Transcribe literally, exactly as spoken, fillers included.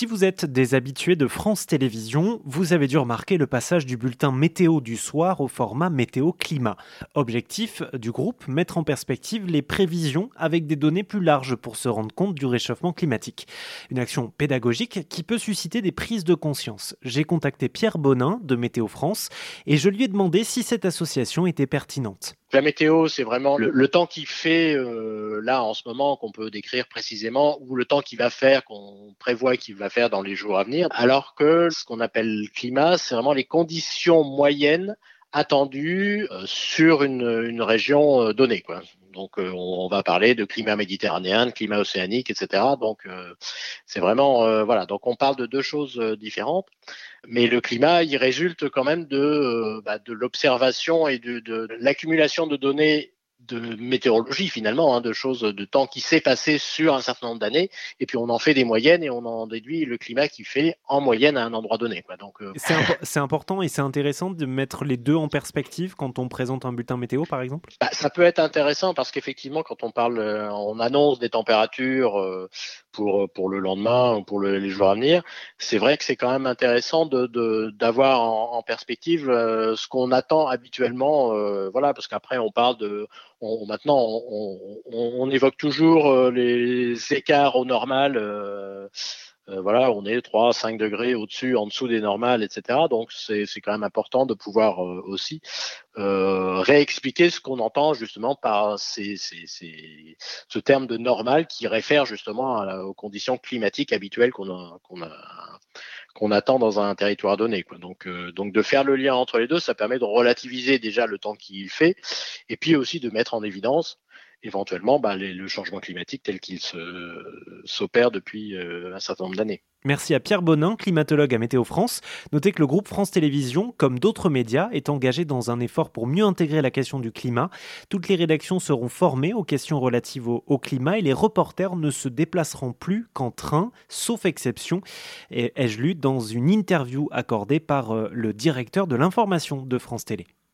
Si vous êtes des habitués de France Télévisions, vous avez dû remarquer le passage du bulletin météo du soir au format météo-climat. Objectif du groupe, mettre en perspective les prévisions avec des données plus larges pour se rendre compte du réchauffement climatique. Une action pédagogique qui peut susciter des prises de conscience. J'ai contacté Pierre Bonin de Météo France et je lui ai demandé si cette association était pertinente. La météo, c'est vraiment le, le temps qu'il fait euh, là en ce moment qu'on peut décrire précisément, ou le temps qu'il va faire, qu'on prévoit qu'il va faire dans les jours à venir. Alors que ce qu'on appelle le climat, c'est vraiment les conditions moyennes attendues euh, sur une, une région euh, donnée, quoi. Donc, euh, on va parler de climat méditerranéen, de climat océanique, et cetera. Donc, euh, c'est vraiment euh, voilà. Donc, on parle de deux choses euh, différentes. Mais le climat, il résulte quand même de, euh, bah, de l'observation et de, de, de l'accumulation de données de météorologie finalement, hein, de choses, de temps qui s'est passé sur un certain nombre d'années, et puis on en fait des moyennes et on en déduit le climat qui fait en moyenne à un endroit donné, quoi. Donc, euh... c'est, impo- c'est important et c'est intéressant de mettre les deux en perspective quand on présente un bulletin météo, par exemple. bah, ça peut être intéressant parce qu'effectivement, quand on parle, euh, on annonce des températures euh, pour pour le lendemain ou pour le, les jours à venir, c'est vrai que c'est quand même intéressant de, de d'avoir en, en perspective euh, ce qu'on attend habituellement, euh, voilà, parce qu'après on parle de On, maintenant, on, on, on évoque toujours euh, les écarts au normal. Euh, euh, voilà, on est trois à cinq degrés au-dessus, en dessous des normales, et cetera. Donc, c'est, c'est quand même important de pouvoir euh, aussi euh, réexpliquer ce qu'on entend justement par ces, ces, ces, ce terme de normal qui réfère justement à la, aux conditions climatiques habituelles qu'on a, qu'on a qu'on attend dans un territoire donné, quoi. Donc, euh, donc de faire le lien entre les deux, ça permet de relativiser déjà le temps qu'il fait, et puis aussi de mettre en évidence éventuellement bah, les, le changement climatique tel qu'il se, s'opère depuis euh, un certain nombre d'années. Merci à Pierre Bonin, climatologue à Météo France. Notez que le groupe France Télévisions, comme d'autres médias, est engagé dans un effort pour mieux intégrer la question du climat. Toutes les rédactions seront formées aux questions relatives au, au climat et les reporters ne se déplaceront plus qu'en train, sauf exception. Et ai-je lu dans une interview accordée par euh, le directeur de l'information de France Télé.